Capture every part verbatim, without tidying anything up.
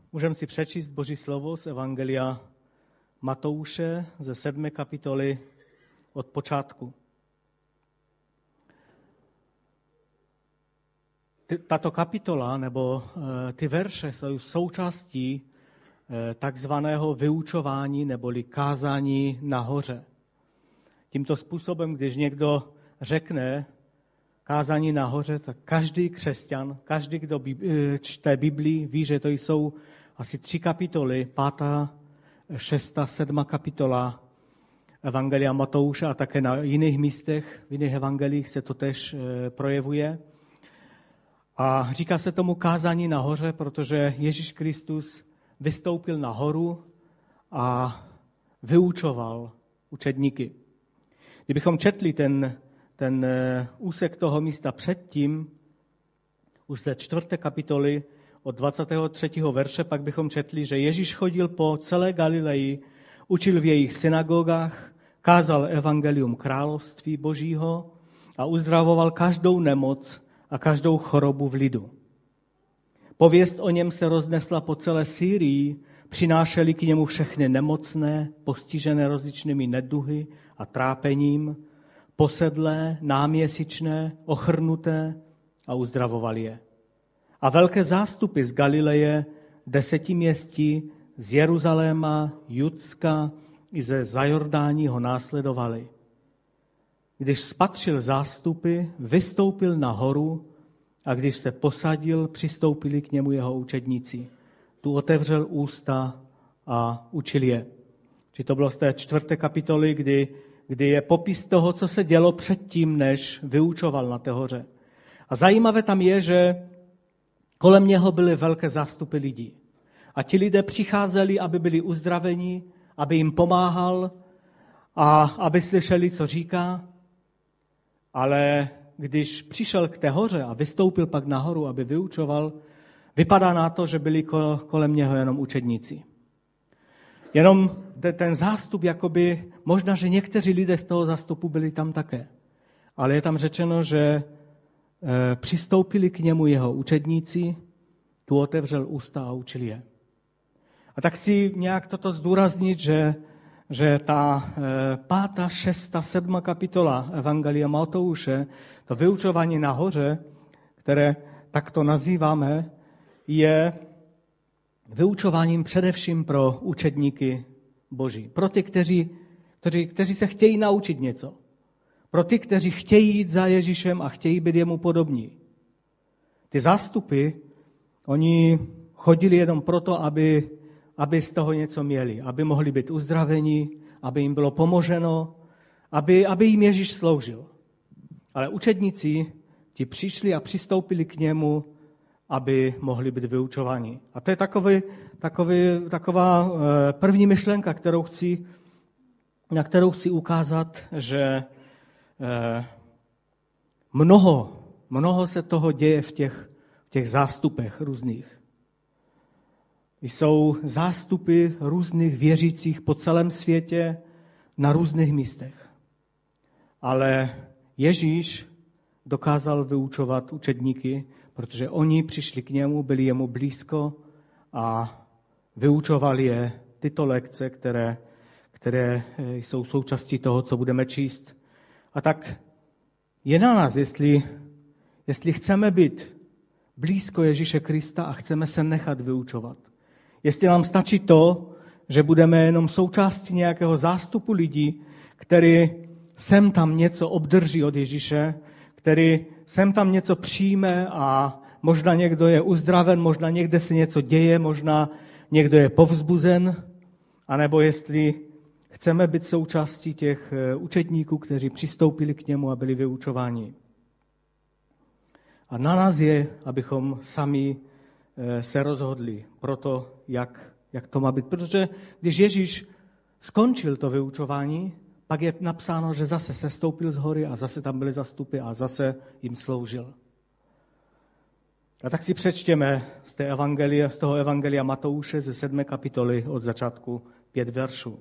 Můžeme si přečíst Boží slovo z Evangelia Matouše ze sedmé kapitoly od počátku. Tato kapitola nebo ty verše jsou součástí takzvaného vyučování neboli kázání nahoře. Tímto způsobem, když někdo řekne kázání nahoře, tak každý křesťan, každý, kdo čte Biblii, ví, že to jsou asi tři kapitoly, pátá, šestá, sedmá kapitola Evangelia Matouše a také na jiných místech, v jiných evangelích se to tež projevuje. A říká se tomu kázání nahoře, protože Ježíš Kristus vystoupil nahoru a vyučoval učedníky. Kdybychom četli ten, ten úsek toho místa předtím, už ze čtvrté kapitoly od dvacátého třetího verše, pak bychom četli, že Ježíš chodil po celé Galileji, učil v jejich synagogách, kázal evangelium království Božího a uzdravoval každou nemoc a každou chorobu v lidu. Pověst o něm se roznesla po celé Sýrii, přinášeli k němu všechny nemocné, postižené rozličnými neduhy a trápením, posedlé, náměsíčné, ochrnuté a uzdravovali je. A velké zástupy z Galileje, deseti městí, z Jeruzaléma, Judska i ze Zajordání ho následovali. Když spatřil zástupy, vystoupil nahoru a když se posadil, přistoupili k němu jeho učedníci. Tu otevřel ústa a učil je. Či to bylo z té čtvrté kapitoly, kdy, kdy je popis toho, co se dělo předtím, než vyučoval na té hoře. A zajímavé tam je, že kolem něho byly velké zástupy lidí. A ti lidé přicházeli, aby byli uzdraveni, aby jim pomáhal a aby slyšeli, co říká. Ale když přišel k té hoře a vystoupil pak nahoru, aby vyučoval, vypadá na to, že byli kolem něho jenom učedníci. Jenom ten zástup, jakoby, možná, že někteří lidé z toho zástupu byli tam také. Ale je tam řečeno, že přistoupili k němu jeho učedníci, tu otevřel ústa a učil je. A tak chci nějak toto zdůraznit, že, že ta pátá, šestá, sedmá kapitola Evangelia Matouše, to vyučování nahoře, které takto nazýváme, je vyučováním především pro učedníky Boží. Pro ty, kteří, kteří, kteří se chtějí naučit něco. Pro ty, kteří chtějí jít za Ježíšem a chtějí být jemu podobní. Ty zástupy, oni chodili jenom proto, aby, aby z toho něco měli, aby mohli být uzdraveni, aby jim bylo pomoženo, aby, aby jim Ježíš sloužil. Ale učedníci, ti přišli a přistoupili k němu, aby mohli být vyučováni. A to je takový, takový, taková první myšlenka, kterou chci, na kterou chci ukázat, že mnoho, mnoho se toho děje v těch, v těch zástupech různých. Jsou zástupy různých věřících po celém světě na různých místech. Ale Ježíš dokázal vyučovat učedníky, protože oni přišli k němu, byli jemu blízko a vyučovali je tyto lekce, které, které jsou součástí toho, co budeme číst. A tak je na nás, jestli, jestli chceme být blízko Ježíše Krista a chceme se nechat vyučovat. Jestli nám stačí to, že budeme jenom součástí nějakého zástupu lidí, který sem tam něco obdrží od Ježíše, který sem tam něco přijme a možná někdo je uzdraven, možná někde se něco děje, možná někdo je povzbuzen, anebo jestli chceme být součástí těch učedníků, kteří přistoupili k němu a byli vyučováni. A na nás je, abychom sami se rozhodli pro to, jak, jak to má být. Protože když Ježíš skončil to vyučování, pak je napsáno, že zase sestoupil z hory a zase tam byly zastupy a zase jim sloužil. A tak si přečtěme z, té evangelia, z toho evangelia Matouše ze sedmé kapitoly od začátku pět veršů.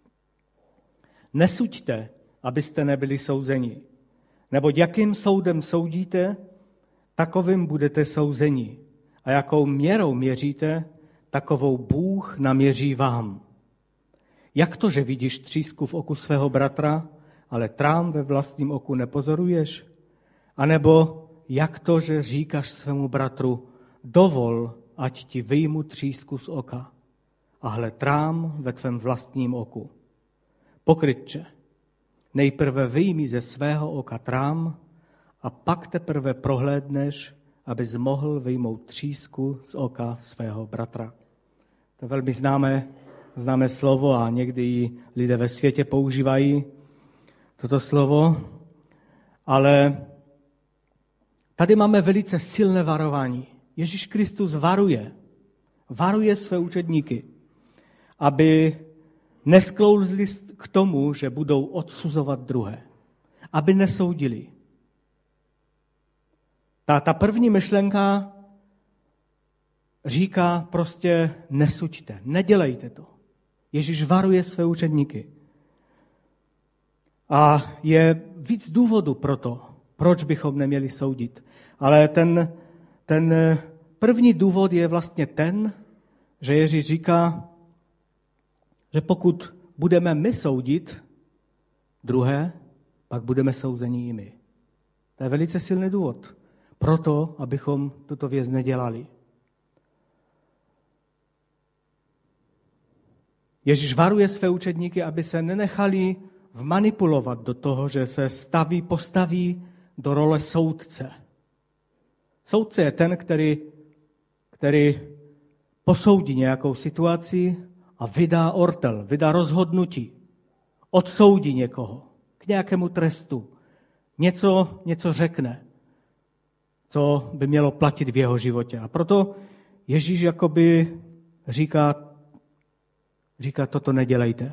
Nesuďte, abyste nebyli souzeni. Neboť jakým soudem soudíte, takovým budete souzeni. A jakou měrou měříte, takovou Bůh naměří vám. Jak to, že vidíš třísku v oku svého bratra, ale trám ve vlastním oku nepozoruješ? A nebo jak to, že říkáš svému bratru, dovol, ať ti vyjmu třísku z oka, a hle trám ve tvém vlastním oku. Pokrytče, nejprve vyjmi ze svého oka trám a pak teprve prohlédneš, abys mohl vyjmout třísku z oka svého bratra. To je velmi známé, známé slovo a někdy ji lidé ve světě používají toto slovo, ale tady máme velice silné varování. Ježíš Kristus varuje, varuje své učedníky, aby nesklouzli k tomu, že budou odsuzovat druhé, aby nesoudili. Ta, ta první myšlenka říká prostě nesuďte, nedělejte to. Ježíš varuje své učedníky. A je víc důvodů pro to, proč bychom neměli soudit. Ale ten, ten první důvod je vlastně ten, že Ježíš říká, že pokud budeme my soudit druhé, pak budeme souzeni i my. To je velice silný důvod. Proto, abychom tuto věc nedělali. Ježíš varuje své učedníky, aby se nenechali vmanipulovat do toho, že se staví, postaví do role soudce. Soudce je ten, který, který posoudí nějakou situaci a vydá ortel, vydá rozhodnutí, odsoudí někoho k nějakému trestu, něco, něco řekne, co by mělo platit v jeho životě. A proto Ježíš jakoby říká, říká, toto nedělejte.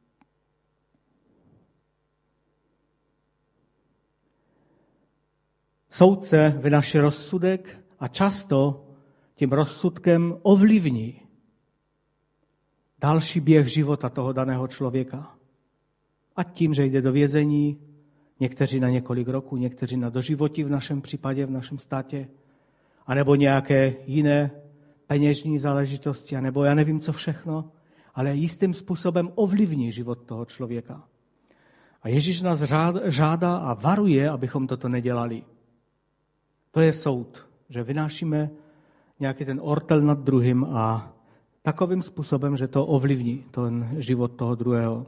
Soudce vynáší rozsudek a často tím rozsudkem ovlivní další běh života toho daného člověka. A tím, že jde do vězení, někteří na několik roků, někteří na doživotí v našem případě, v našem státě, anebo nějaké jiné peněžní záležitosti, anebo já nevím, co všechno, ale jistým způsobem ovlivní život toho člověka. A Ježíš nás žádá a varuje, abychom toto nedělali. To je soud, že vynášíme nějaký ten ortel nad druhým a takovým způsobem, že to ovlivní ten život toho druhého.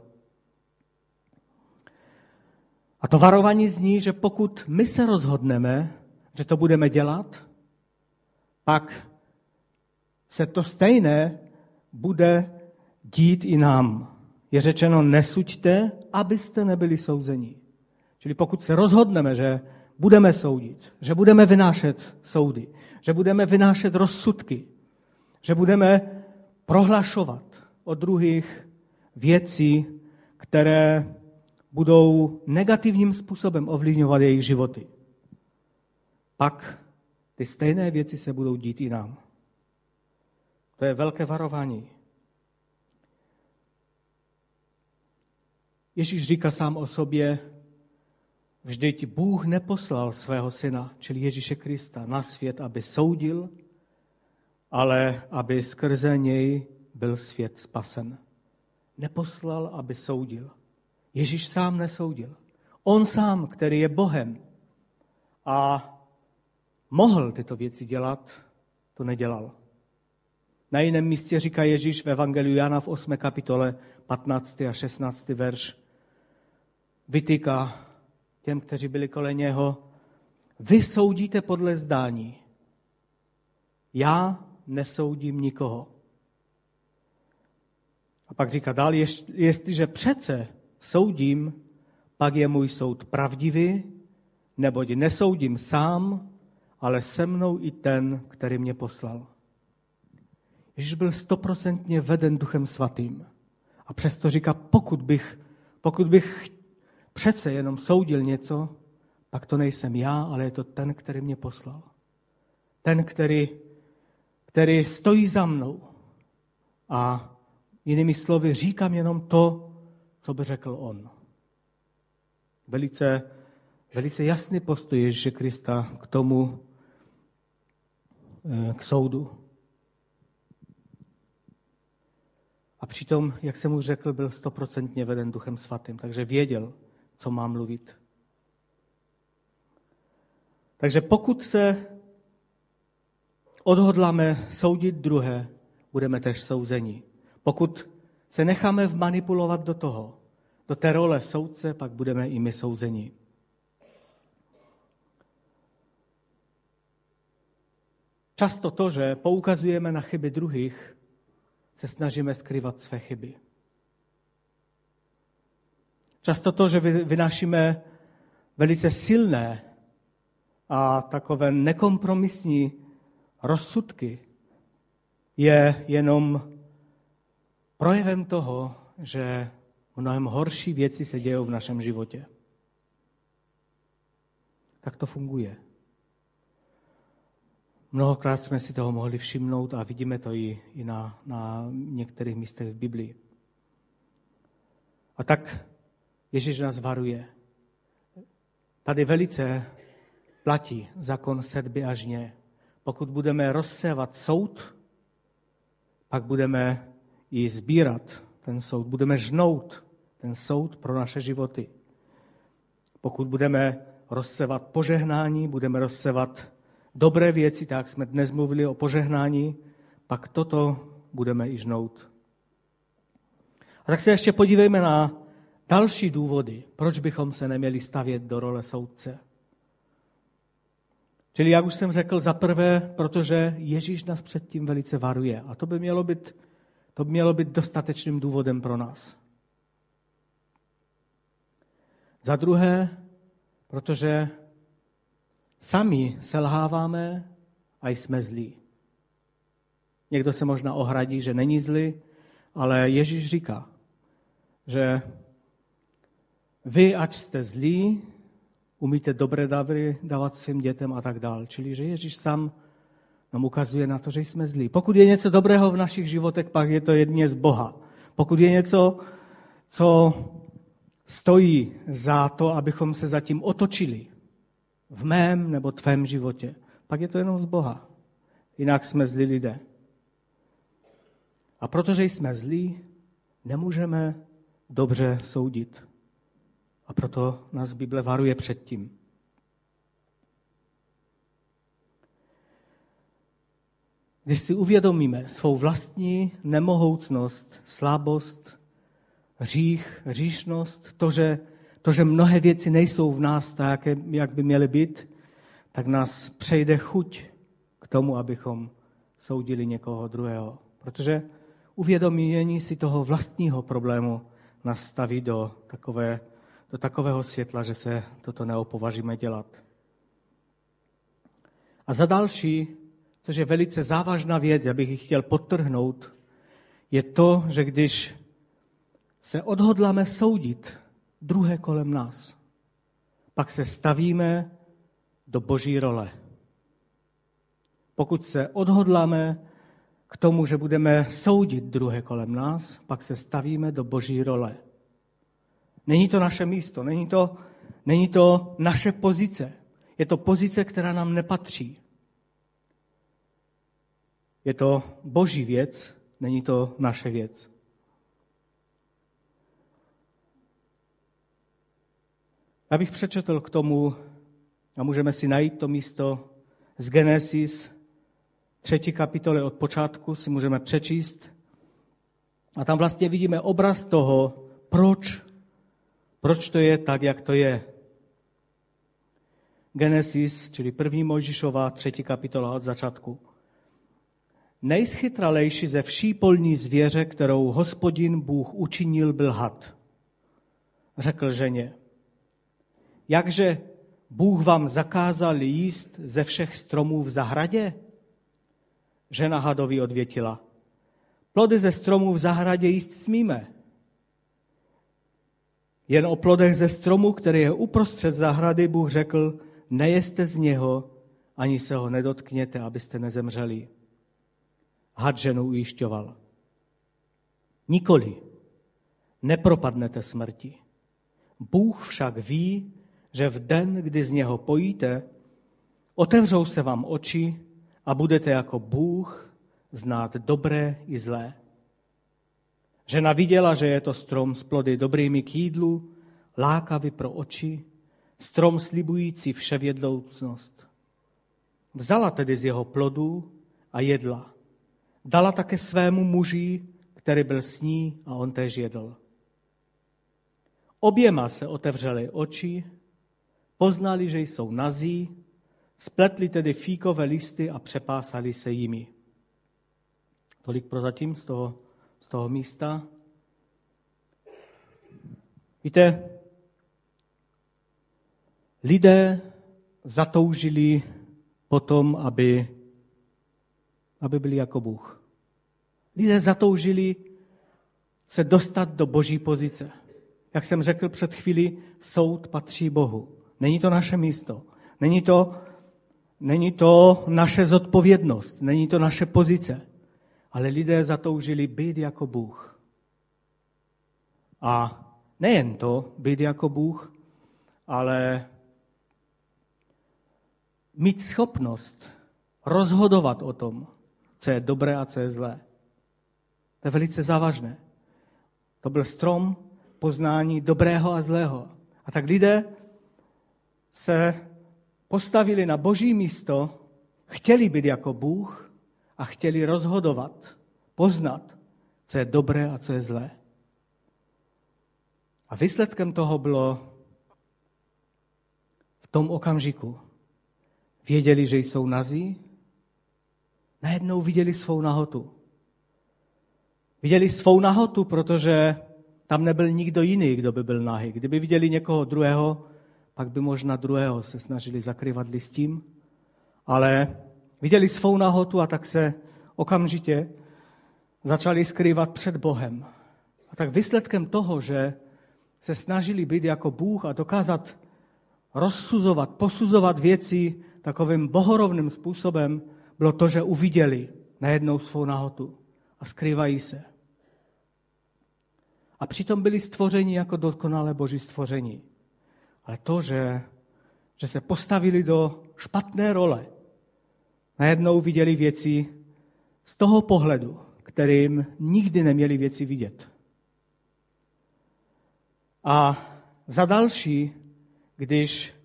A to varování zní, že pokud my se rozhodneme, že to budeme dělat, pak se to stejné bude dít i nám. Je řečeno, nesuďte, abyste nebyli souzeni. Čili pokud se rozhodneme, že budeme soudit, že budeme vynášet soudy, že budeme vynášet rozsudky, že budeme prohlašovat o druhých věcí, které budou negativním způsobem ovlivňovat jejich životy. Pak ty stejné věci se budou dít i nám. To je velké varování. Ježíš říká sám o sobě, vždyť Bůh neposlal svého syna, čili Ježíše Krista, na svět, aby soudil, ale aby skrze něj byl svět spasen. Neposlal, aby soudil. Ježíš sám nesoudil. On sám, který je Bohem a mohl tyto věci dělat, to nedělal. Na jiném místě říká Ježíš v Evangeliu Jana v osmé kapitole patnáctý a šestnáctý verš. Vytýká těm, kteří byli kolem něho, vy soudíte podle zdání. Já nesoudím nikoho. A pak říká dál, jestliže přece soudím, pak je můj soud pravdivý, neboť nesoudím sám, ale se mnou i ten, který mě poslal. Ježíš byl stoprocentně veden Duchem Svatým. A přesto říká, pokud bych, pokud bych přece jenom soudil něco, pak to nejsem já, ale je to ten, který mě poslal. Ten, který, který stojí za mnou. A jinými slovy říkám jenom to, co by řekl on. Velice, velice jasný postoj Ježíše Krista k tomu, k soudu. A přitom, jak jsem už řekl, byl stoprocentně veden Duchem Svatým, takže věděl, co má mluvit. Takže pokud se odhodláme soudit druhé, budeme též souzeni. Pokud se necháme vmanipulovat do toho, do té role soudce, pak budeme i my souzeni. Často to, že poukazujeme na chyby druhých, se snažíme skrývat své chyby. Často to, že vynášíme velice silné a takové nekompromisní rozsudky, je jenom projevem toho, že mnohem horší věci se dějou v našem životě. Tak to funguje. Mnohokrát jsme si toho mohli všimnout a vidíme to i, i na, na některých místech v Biblii. A tak Ježíš nás varuje. Tady velice platí zákon sedby a žně. Pokud budeme rozsévat soud, pak budeme i sbírat ten soud. Budeme žnout ten soud pro naše životy. Pokud budeme rozsévat požehnání, budeme rozsévat dobré věci, tak jsme dnes mluvili o požehnání, pak toto budeme i žnout. A tak se ještě podívejme na další důvody, proč bychom se neměli stavět do role soudce. Čili, jak už jsem řekl, za prvé, protože Ježíš nás předtím velice varuje. A to by mělo být, to by mělo být dostatečným důvodem pro nás. Za druhé, protože sami selháváme a jsme zlí. Někdo se možná ohradí, že není zlý, ale Ježíš říká, že vy, ač jste zlí, umíte dobré dary dávat svým dětem a tak dál. Čili, že Ježíš sám nám ukazuje na to, že jsme zlí. Pokud je něco dobrého v našich životech, pak je to jedině z Boha. Pokud je něco, co stojí za to, abychom se zatím otočili v mém nebo tvém životě, pak je to jenom z Boha. Jinak jsme zlí lidé. A protože jsme zlí, nemůžeme dobře soudit. A proto nás Bible varuje před tím. Když si uvědomíme svou vlastní nemohoucnost, slabost, hřích, hříšnost, to, že, to, že mnohé věci nejsou v nás tak, jak by měly být, tak nás přejde chuť k tomu, abychom soudili někoho druhého. Protože uvědomění si toho vlastního problému nás staví do takové do takového světla, že se toto neopovažíme dělat. A za další, což je velice závažná věc, já bych ji chtěl podtrhnout, je to, že když se odhodláme soudit druhé kolem nás, pak se stavíme do Boží role. Pokud se odhodláme k tomu, že budeme soudit druhé kolem nás, pak se stavíme do Boží role. Není to naše místo, není to, není to naše pozice. Je to pozice, která nám nepatří. Je to Boží věc, není to naše věc. Já bych přečetl k tomu, a můžeme si najít to místo z Genesis, třetí kapitoly od počátku, si můžeme přečíst. A tam vlastně vidíme obraz toho, proč Proč to je tak, jak to je? Genesis, čili první Mojžíšova, třetí kapitola od začátku. Nejschytralejší ze vší polní zvěře, kterou Hospodin Bůh učinil, byl had. Řekl ženě, jakže Bůh vám zakázal jíst ze všech stromů v zahradě? Žena hadovi odvětila, plody ze stromů v zahradě jíst smíme. Jen o plodech ze stromu, který je uprostřed zahrady, Bůh řekl, nejeste z něho, ani se ho nedotkněte, abyste nezemřeli. Had ženu ujišťoval. Nikoli, nepropadnete smrti. Bůh však ví, že v den, kdy z něho pojíte, otevřou se vám oči a budete jako Bůh znát dobré i zlé. Žena viděla, že je to strom s plody dobrými k jídlu, lákavý pro oči, strom slibující vševědoucnost. Vzala tedy z jeho plodů a jedla. Dala také svému muži, který byl s ní, a on též jedl. Oběma se otevřely oči, poznali, že jsou nazí, spletli tedy fíkové listy a přepásali se jimi. Tolik prozatím z toho, z toho místa. Víte, lidé zatoužili potom, aby, aby byli jako Bůh. Lidé zatoužili se dostat do boží pozice. Jak jsem řekl před chvílí, soud patří Bohu. Není to naše místo. Není to, není to naše zodpovědnost. Není to naše pozice. Ale lidé zatoužili být jako Bůh. A nejen to, být jako Bůh, ale mít schopnost rozhodovat o tom, co je dobré a co je zlé. To je velice závažné. To byl strom poznání dobrého a zlého. A tak lidé se postavili na boží místo, chtěli být jako Bůh a chtěli rozhodovat, poznat, co je dobré a co je zlé. A výsledkem toho bylo v tom okamžiku. Věděli, že jsou nazí, najednou viděli svou nahotu. Viděli svou nahotu, protože tam nebyl nikdo jiný, kdo by byl nahý. Kdyby viděli někoho druhého, pak by možná druhého se snažili zakrývat listím, ale viděli svou nahotu a tak se okamžitě začali skrývat před Bohem. A tak výsledkem toho, že se snažili být jako Bůh a dokázat rozsuzovat, posuzovat věci takovým bohorovným způsobem, bylo to, že uviděli najednou svou nahotu a skrývají se. A přitom byli stvořeni jako dokonalé boží stvoření. Ale to, že, že se postavili do špatné role, najednou viděli věci z toho pohledu, kterým nikdy neměli věci vidět. A za další, když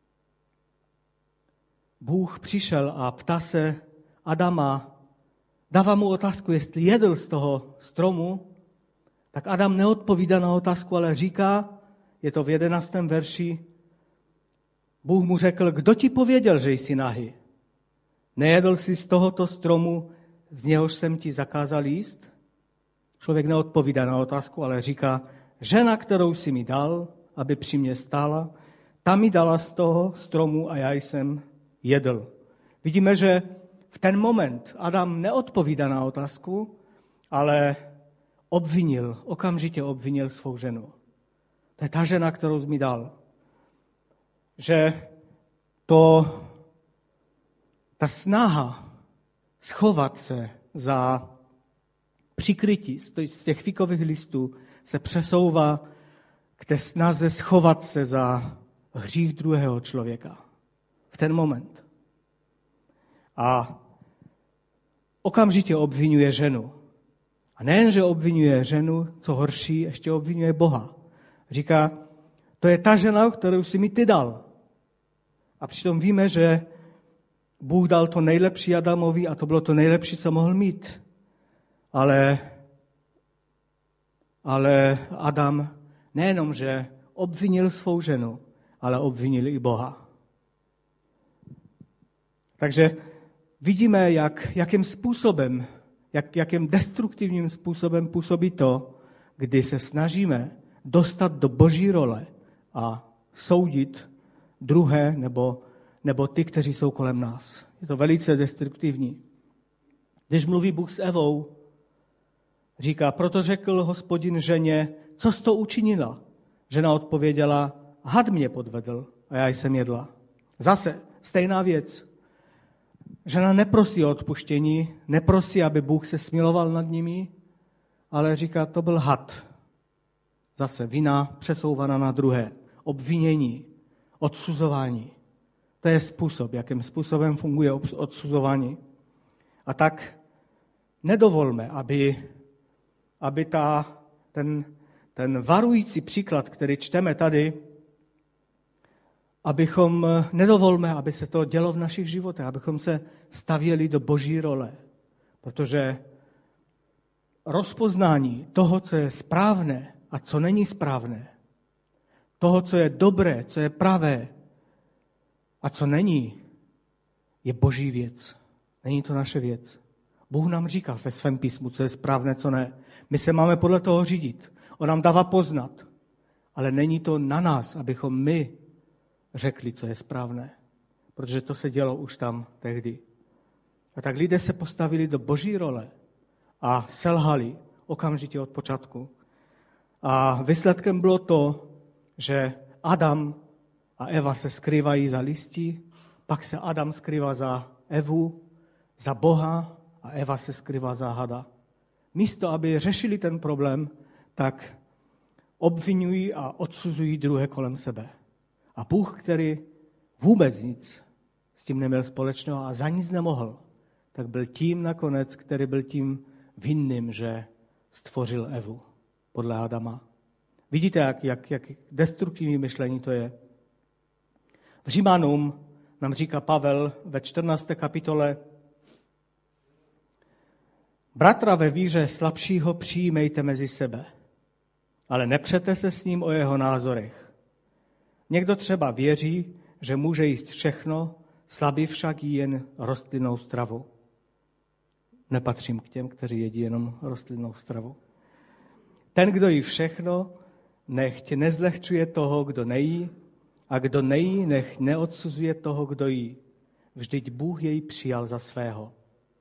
Bůh přišel a ptá se Adama, dává mu otázku, jestli jedl z toho stromu, tak Adam neodpovídá na otázku, ale říká, je to v jedenáctém verši, Bůh mu řekl, kdo ti pověděl, že jsi nahý? Nejedl jsi z tohoto stromu, z něhož jsem ti zakázal jíst? Člověk neodpovídá na otázku, ale říká, žena, kterou jsi mi dal, aby při mě stála, ta mi dala z toho stromu a já jsem jedl. Vidíme, že v ten moment Adam neodpovídá na otázku, ale obvinil, okamžitě obvinil svou ženu. To je ta žena, kterou jsi mi dal. Že to, ta snaha schovat se za přikrytí z těch fikových listů se přesouvá k té snaze schovat se za hřích druhého člověka. V ten moment. A okamžitě obvinuje ženu. A nejen, že obvinuje ženu, co horší, ještě obvinuje Boha. Říká, to je ta žena, kterou si mi ty dal. A přitom víme, že Bůh dal to nejlepší Adamovi a to bylo to nejlepší, co mohl mít. Ale, ale Adam nejenom, že obvinil svou ženu, ale obvinil i Boha. Takže vidíme, jak, jakým způsobem, jak, jakým destruktivním způsobem působí to, kdy se snažíme dostat do boží role a soudit druhé nebo, nebo ty, kteří jsou kolem nás. Je to velice destruktivní. Když mluví Bůh s Evou, říká, proto řekl Hospodin ženě, co jsi to učinila? Žena odpověděla, had mě podvedl a já jsem jedla. Zase stejná věc. Žena neprosí o odpuštění, neprosí, aby Bůh se smiloval nad nimi, ale říká, to byl had. Zase vina přesouvaná na druhé. Obvinění, odsuzování. To je způsob, jakým způsobem funguje odsuzování. A tak nedovolme, aby, aby ta, ten, ten varující příklad, který čteme tady, abychom nedovolme, aby se to dělo v našich životech, abychom se stavěli do Boží role. Protože rozpoznání toho, co je správné a co není správné, toho, co je dobré, co je pravé a co není, je Boží věc. Není to naše věc. Bůh nám říká ve svém písmu, co je správné, co ne. My se máme podle toho řídit. On nám dává poznat. Ale není to na nás, abychom my řekli, co je správné. Protože to se dělo už tam tehdy. A tak lidé se postavili do Boží role a selhali okamžitě od počátku. A výsledkem bylo to, že Adam a Eva se skrývají za listí, pak se Adam skrývá za Evu, za Boha a Eva se skrývá za hada. Místo, aby řešili ten problém, tak obvinují a odsuzují druhé kolem sebe. A Bůh, který vůbec nic s tím neměl společného a za nic nemohl, tak byl tím nakonec, který byl tím vinným, že stvořil Evu podle Adama. Vidíte, jak, jak, jak destruktivní myšlení to je. V Římanům nám říká Pavel ve čtrnácté kapitole: Bratra ve víře slabšího přijímejte mezi sebe, ale nepřete se s ním o jeho názorech. Někdo třeba věří, že může jíst všechno, slabý však jí jen rostlinnou stravu. Nepatřím k těm, kteří jedí jenom rostlinnou stravu. Ten, kdo jí všechno, nechť nezlehčuje toho, kdo nejí, a kdo nejí, nech neodsuzuje toho, kdo jí. Vždyť Bůh jej přijal za svého.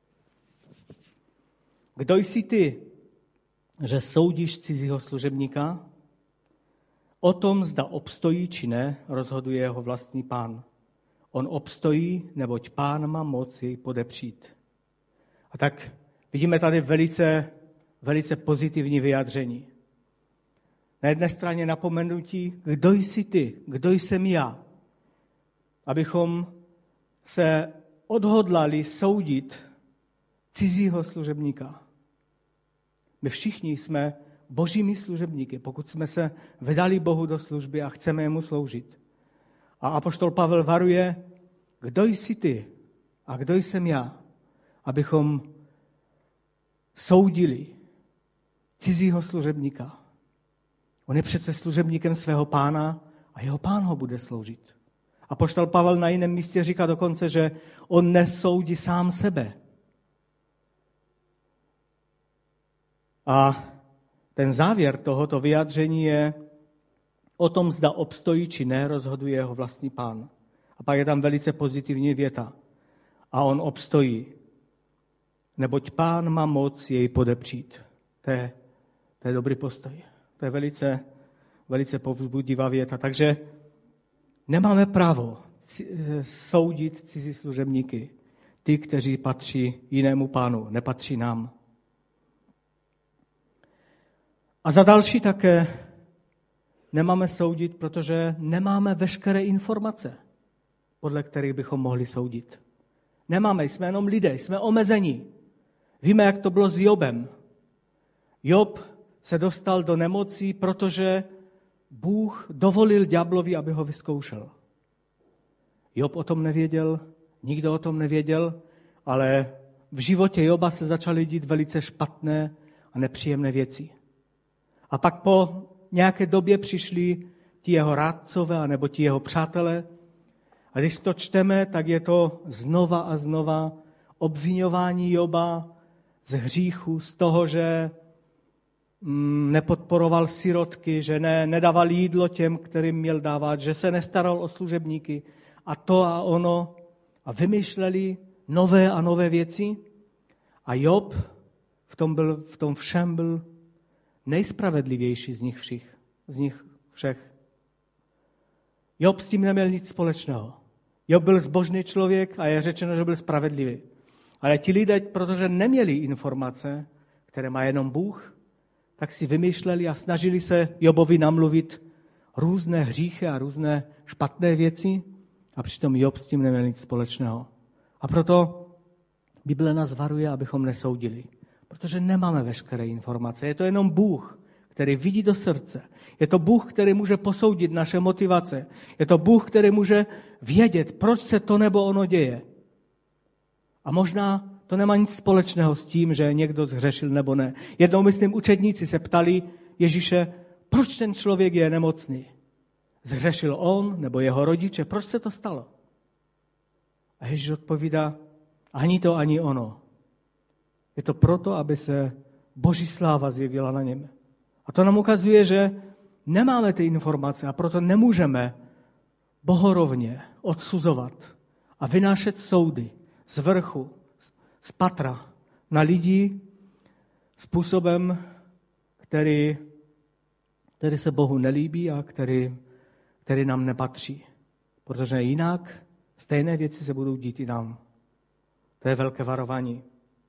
Kdo jsi ty, že soudíš cizího služebníka? O tom, zda obstojí či ne, rozhoduje jeho vlastní pán. On obstojí, neboť pán má moc jej podepřít. A tak vidíme tady velice, velice pozitivní vyjádření. Na jedné straně napomenutí, kdo jsi ty, kdo jsem já, abychom se odhodlali soudit cizího služebníka. My všichni jsme božími služebníky, pokud jsme se vydali Bohu do služby a chceme jemu sloužit. A apoštol Pavel varuje, kdo jsi ty a kdo jsem já, abychom soudili cizího služebníka. On je přece služebníkem svého pána a jeho pán ho bude sloužit. Apoštol Pavel na jiném místě říká dokonce, že on nesoudí sám sebe. A ten závěr tohoto vyjádření je: o tom, zda obstojí či ne, rozhoduje jeho vlastní pán. A pak je tam velice pozitivní věta. A on obstojí, neboť pán má moc jej podepřít. To je, to je dobrý postoj. To je velice, velice povzbudivá věta. Takže nemáme právo soudit cizí služebníky. Ty, kteří patří jinému pánu, nepatří nám. A za další také nemáme soudit, protože nemáme veškeré informace, podle kterých bychom mohli soudit. Nemáme, jsme jenom lidé, jsme omezení. Víme, jak to bylo s Jobem. Job se dostal do nemocí, protože Bůh dovolil ďáblovi, aby ho vyzkoušel. Job o tom nevěděl, nikdo o tom nevěděl, ale v životě Joba se začaly dít velice špatné a nepříjemné věci. A pak po nějaké době přišli ti jeho rádcové nebo ti jeho přátelé. A když to čteme, tak je to znova a znova obviňování Joba z hříchu, z toho, že nepodporoval sirotky, že ne, nedával jídlo těm, kterým měl dávat, že se nestaral o služebníky a to a ono. A vymýšleli nové a nové věci. A Job v tom, byl, v tom všem byl nejspravedlivější z nich všech. Z nich všech. Job s tím neměl nic společného. Job byl zbožný člověk a je řečeno, že byl spravedlivý. Ale ti lidé, protože neměli informace, které má jenom Bůh, tak si vymýšleli a snažili se Jobovi namluvit různé hříchy a různé špatné věci a přitom Job s tím neměl nic společného. A proto Bible nás varuje, abychom nesoudili. Protože nemáme veškeré informace. Je to jenom Bůh, který vidí do srdce. Je to Bůh, který může posoudit naše motivace. Je to Bůh, který může vědět, proč se to nebo ono děje. A možná to nemá nic společného s tím, že někdo zhřešil nebo ne. Jednou, myslím, učedníci se ptali Ježíše, proč ten člověk je nemocný. Zhřešil on nebo jeho rodiče, proč se to stalo? A Ježíš odpovídá, ani to, ani ono. Je to proto, aby se Boží sláva zjevila na něm. A to nám ukazuje, že nemáme ty informace a proto nemůžeme bohorovně odsuzovat a vynášet soudy z vrchu, z patra na lidi způsobem, který, který se Bohu nelíbí a který, který nám nepatří. Protože jinak stejné věci se budou dít i nám. To je velké varování.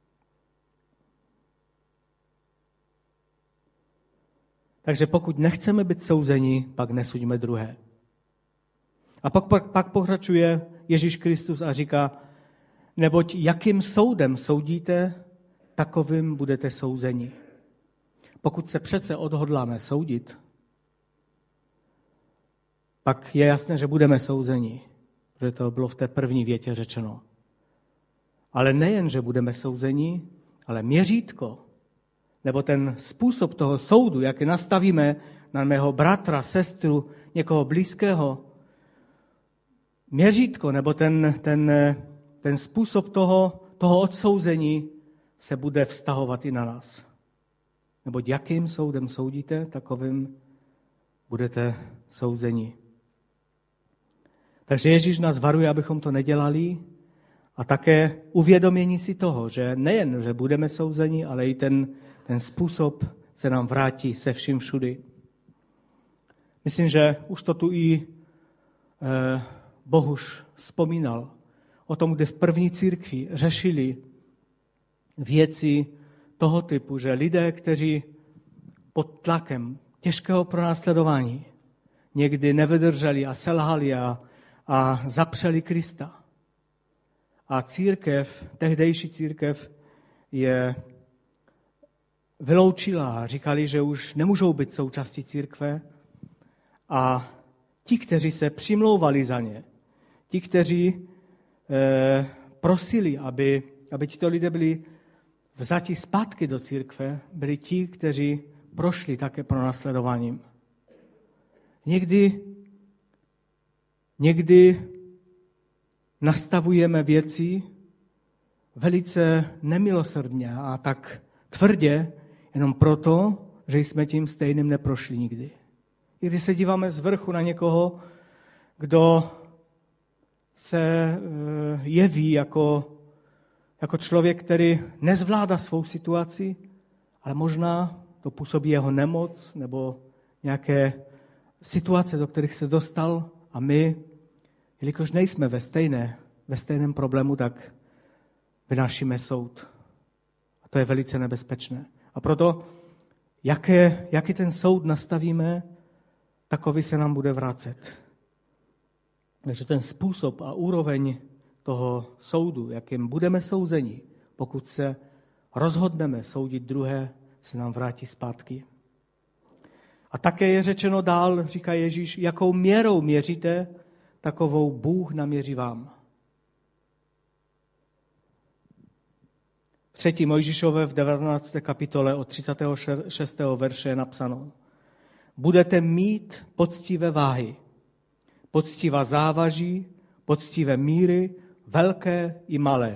Takže pokud nechceme být souzeni, pak nesuďme druhé. A pak, pak, pak pokračuje Ježíš Kristus a říká, neboť jakým soudem soudíte, takovým budete souzeni. Pokud se přece odhodláme soudit, pak je jasné, že budeme souzeni, protože to bylo v té první větě řečeno. Ale nejen, že budeme souzeni, ale měřítko, nebo ten způsob toho soudu, jak je nastavíme na mého bratra, sestru, někoho blízkého, měřítko, nebo ten, ten, ten způsob toho, toho odsouzení se bude vztahovat i na nás. Neboť jakým soudem soudíte, takovým budete souzeni. Takže Ježíš nás varuje, abychom to nedělali, a také uvědomění si toho, že nejen, že budeme souzeni, ale i ten, ten způsob se nám vrátí se vším všudy. Myslím, že už to tu i eh, Bohuš vzpomínal o tom, kde v první církvi řešili věci toho typu, že lidé, kteří pod tlakem těžkého pronásledování někdy nevydrželi a selhali a, a zapřeli Krista. A církev, tehdejší církev je vyloučila a říkali, že už nemůžou být součástí církve. A ti, kteří se přimlouvali za ně, ti, kteří eh, prosili, aby, aby tito lidé byli vzati zpátky do církve, byli ti, kteří prošli také pronásledováním. Někdy, někdy nastavujeme věci velice nemilosrdně a tak tvrdě, jenom proto, že jsme tím stejným neprošli nikdy. I když se díváme z vrchu na někoho, kdo se jeví jako, jako člověk, který nezvládá svou situaci, ale možná to působí jeho nemoc nebo nějaké situace, do kterých se dostal, a my, jelikož nejsme ve, stejné, ve stejném problému, tak vynášíme soud. A to je velice nebezpečné. A proto, jaké, jaký ten soud nastavíme, takový se nám bude vracet. Takže ten způsob a úroveň toho soudu, jakým budeme souzeni, pokud se rozhodneme soudit druhé, se nám vrátí zpátky. A také je řečeno dál, říká Ježíš, jakou měrou měříte, takovou Bůh naměří vám. Třetí Mojžíšové v devatenácté kapitole od třicátého šestého verše je napsáno. Budete mít poctivé váhy, poctivá závaží, poctivé míry, velké i malé.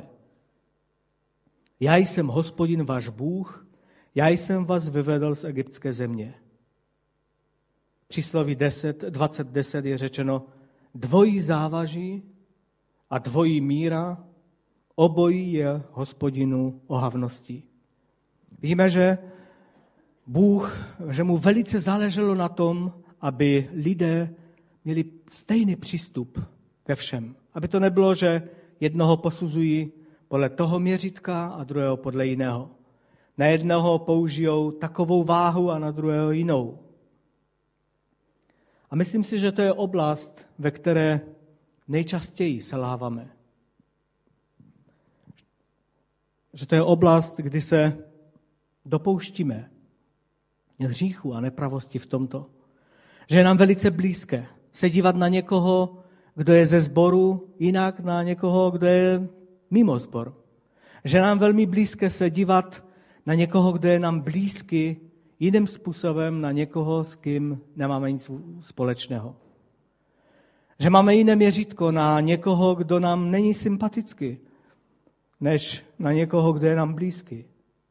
Já jsem Hospodin váš Bůh, já jsem vás vyvedl z egyptské země. Přísloví deset, dvacet deset je řečeno, dvojí závaží a dvojí míra, obojí je Hospodinu ohavností. Víme, že Bůh, že mu velice záleželo na tom, aby lidé měli stejný přístup ke všem. Aby to nebylo, že jednoho posuzují podle toho měřítka a druhého podle jiného. Na jednoho použijou takovou váhu a na druhého jinou. A myslím si, že to je oblast, ve které nejčastěji selháváme. Že to je oblast, kdy se dopouštíme hříchu a nepravosti v tomto, že je nám velice blízké se dívat na někoho, kdo je ze sboru, jinak na někoho, kdo je mimo sbor. Že je nám velmi blízké se dívat na někoho, kdo je nám blízky, jiným způsobem na někoho, s kým nemáme nic společného. Že máme jiné měřítko na někoho, kdo nám není sympatický, než na někoho, kdo je nám blízký.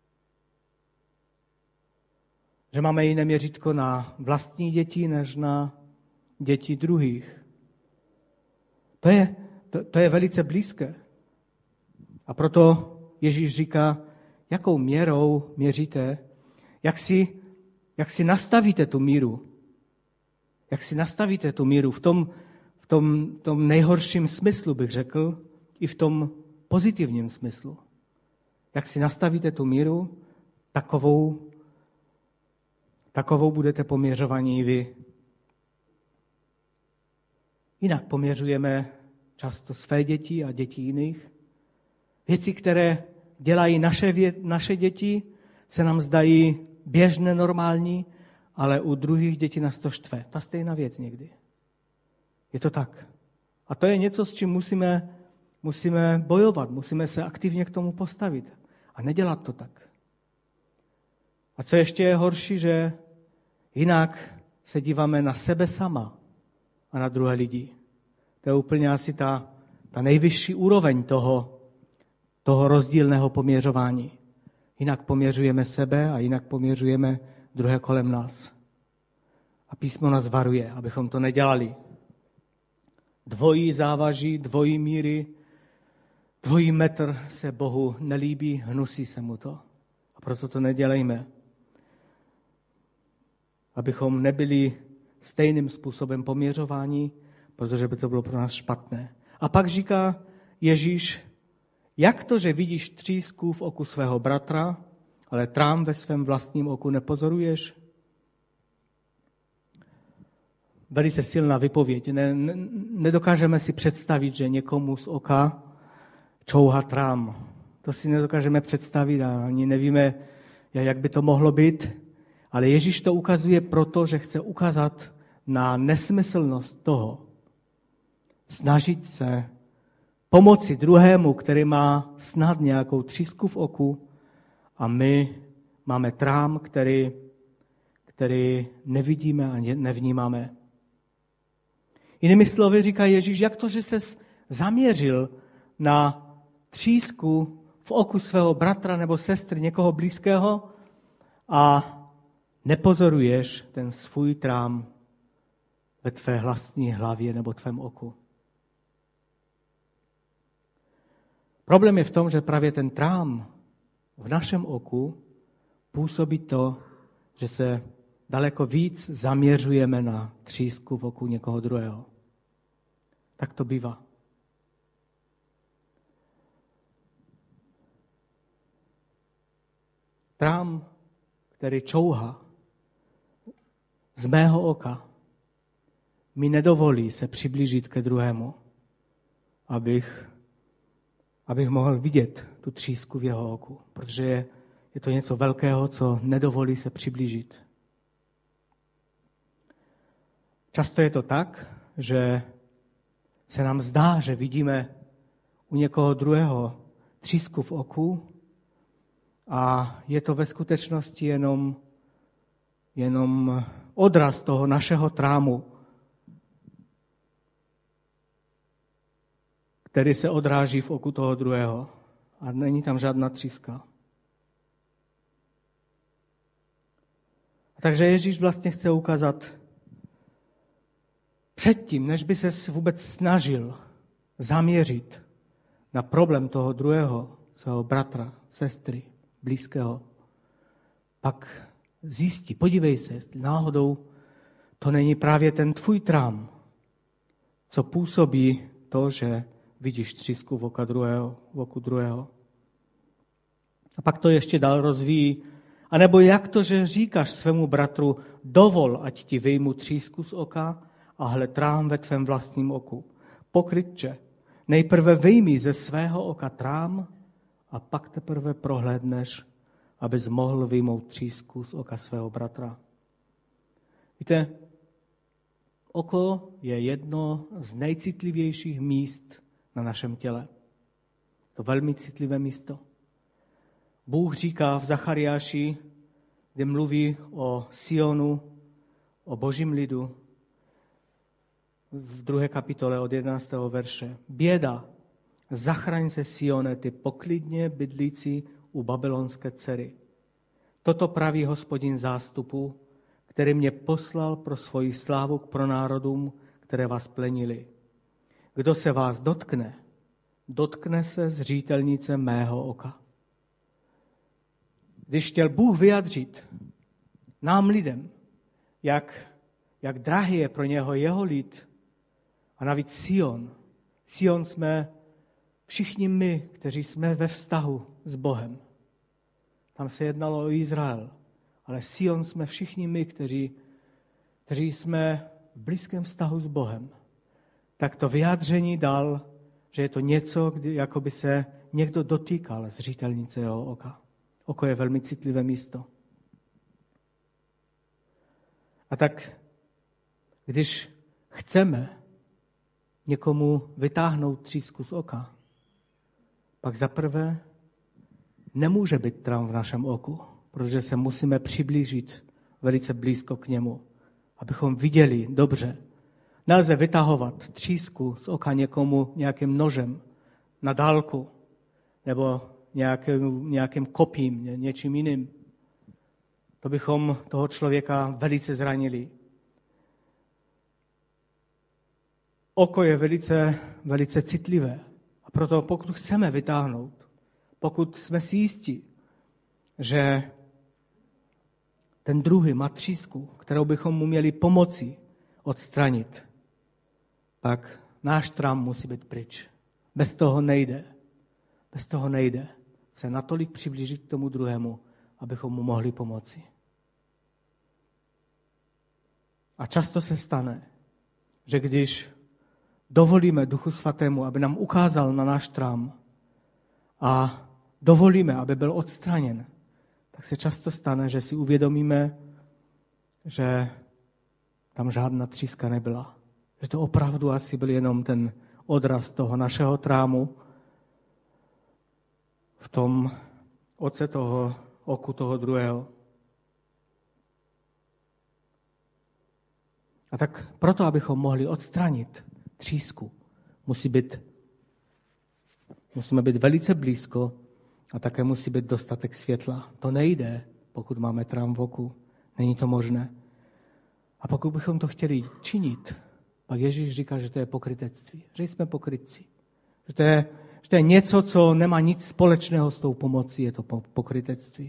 Že máme jiné měřítko na vlastní děti, než na děti druhých. To je, to, to je velice blízké. A proto Ježíš říká, jakou měrou měříte, jak si, jak si nastavíte tu míru. Jak si nastavíte tu míru v tom, v tom, tom nejhorším smyslu, bych řekl, i v tom pozitivním smyslu. Jak si nastavíte tu míru, takovou, takovou budete poměřovaní vy. Jinak poměřujeme často své děti a děti jiných. Věci, které dělají naše, vě, naše děti, se nám zdají běžné, normální, ale u druhých dětí nás to štve. Ta stejná věc někdy. Je to tak. A to je něco, s čím musíme, musíme bojovat, musíme se aktivně k tomu postavit a nedělat to tak. A co ještě je horší, že jinak se díváme na sebe sama a na druhé lidi. To je úplně asi ta, ta nejvyšší úroveň toho, toho rozdílného poměřování. Jinak poměřujeme sebe a jinak poměřujeme druhé kolem nás. A písmo nás varuje, abychom to nedělali. Dvojí závaží, dvojí míry, dvojí metr se Bohu nelíbí, hnusí se mu to. A proto to nedělejme. Abychom nebyli stejným způsobem poměřování, protože by to bylo pro nás špatné. A pak říká Ježíš, jak to, že vidíš třísku v oku svého bratra, ale trám ve svém vlastním oku nepozoruješ? Velice silná vypověď. Ne, ne, nedokážeme si představit, že někomu z oka čouhá trám. To si nedokážeme představit a ani nevíme, jak by to mohlo být. Ale Ježíš to ukazuje proto, že chce ukázat na nesmyslnost toho. Snažit se pomoci druhému, který má snad nějakou třísku v oku a my máme trám, který, který nevidíme a nevnímáme. Jinými slovy říká Ježíš, jak to, že ses zaměřil na třísku v oku svého bratra nebo sestry, někoho blízkého a nepozoruješ ten svůj trám ve tvé vlastní hlavě nebo tvém oku. Problém je v tom, že právě ten trám v našem oku působí to, že se daleko víc zaměřujeme na třísku v oku někoho druhého. Tak to bývá. Trám, který čouhá z mého oka, mi nedovolí se přiblížit ke druhému, abych, abych mohl vidět tu třísku v jeho oku, protože je, je to něco velkého, co nedovolí se přiblížit. Často je to tak, že se nám zdá, že vidíme u někoho druhého třísku v oku a je to ve skutečnosti jenom, jenom odraz toho našeho trámu, který se odráží v oku toho druhého a není tam žádná tříska. Takže Ježíš vlastně chce ukázat předtím, než by se vůbec snažil zaměřit na problém toho druhého, svého bratra, sestry, blízkého, pak zjistí, podívej se, jestli náhodou to není právě ten tvůj trám, co působí to, že vidíš třísku v oku druhého, v oku druhého. A pak to ještě dál rozvíjí. A nebo jak to, že říkáš svému bratru, dovol, ať ti vyjmu třísku z oka, a hle trám ve tvém vlastním oku. Pokrytče, nejprve vyjmi ze svého oka trám a pak teprve prohlédneš, abys mohl vyjmout třísku z oka svého bratra. Víte, oko je jedno z nejcitlivějších míst na našem těle. To velmi citlivé místo. Bůh říká v Zachariáši, kde mluví o Sionu, o božím lidu, v druhé kapitole od jedenáctého verše. Běda, zachraň se, Sione, ty poklidně bydlící u babylonské dcery. Toto praví Hospodin zástupu, který mě poslal pro svoji slávu k pronárodům, které vás plenili. Kdo se vás dotkne, dotkne se zřítelnice mého oka. Když chtěl Bůh vyjadřit nám lidem, jak, jak drahý je pro něho jeho lid, a navíc Sion. Sion jsme všichni my, kteří jsme ve vztahu s Bohem. Tam se jednalo o Izrael, ale Sion jsme všichni my, kteří, kteří jsme v blízkém vztahu s Bohem. Tak to vyjádření dal, že je to něco, kdy, jako by se někdo dotýkal zřitelnice jeho oka. Oko je velmi citlivé místo. A tak, když chceme někomu vytáhnout třísku z oka, pak zaprvé nemůže být trám v našem oku, protože se musíme přiblížit velice blízko k němu, abychom viděli dobře. Nelze vytahovat třísku z oka někomu nějakým nožem na dálku nebo nějakým, nějakým kopím, ně, něčím jiným. To bychom toho člověka velice zranili. Oko je velice, velice citlivé. A proto pokud chceme vytáhnout, pokud jsme si jistí, že ten druhý má třísku, kterou bychom mu měli pomoci odstranit, pak náš trám musí být pryč. Bez toho nejde. Bez toho nejde se natolik přiblížit k tomu druhému, abychom mu mohli pomoci. A často se stane, že když dovolíme Duchu Svatému, aby nám ukázal na náš trám a dovolíme, aby byl odstraněn, tak se často stane, že si uvědomíme, že tam žádná tříska nebyla. Že to opravdu asi byl jenom ten odraz toho našeho trámu v tom oce toho, oku toho druhého. A tak proto, abychom mohli odstranit třísku, musí být, musíme být velice blízko a také musí být dostatek světla. To nejde, pokud máme trám v oku. Není to možné. A pokud bychom to chtěli činit, pak Ježíš říká, že to je pokrytectví. Že jsme pokrytci. Že to je, že to je něco, co nemá nic společného s tou pomocí, je to pokrytectví.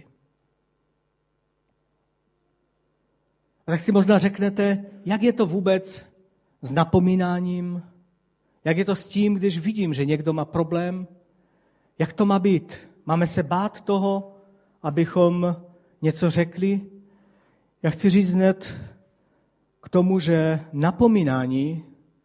A tak si možná řeknete, jak je to vůbec s napomínáním, jak je to s tím, když vidím, že někdo má problém, jak to má být? Máme se bát toho, abychom něco řekli? Já chci říct hned k tomu, že napomínání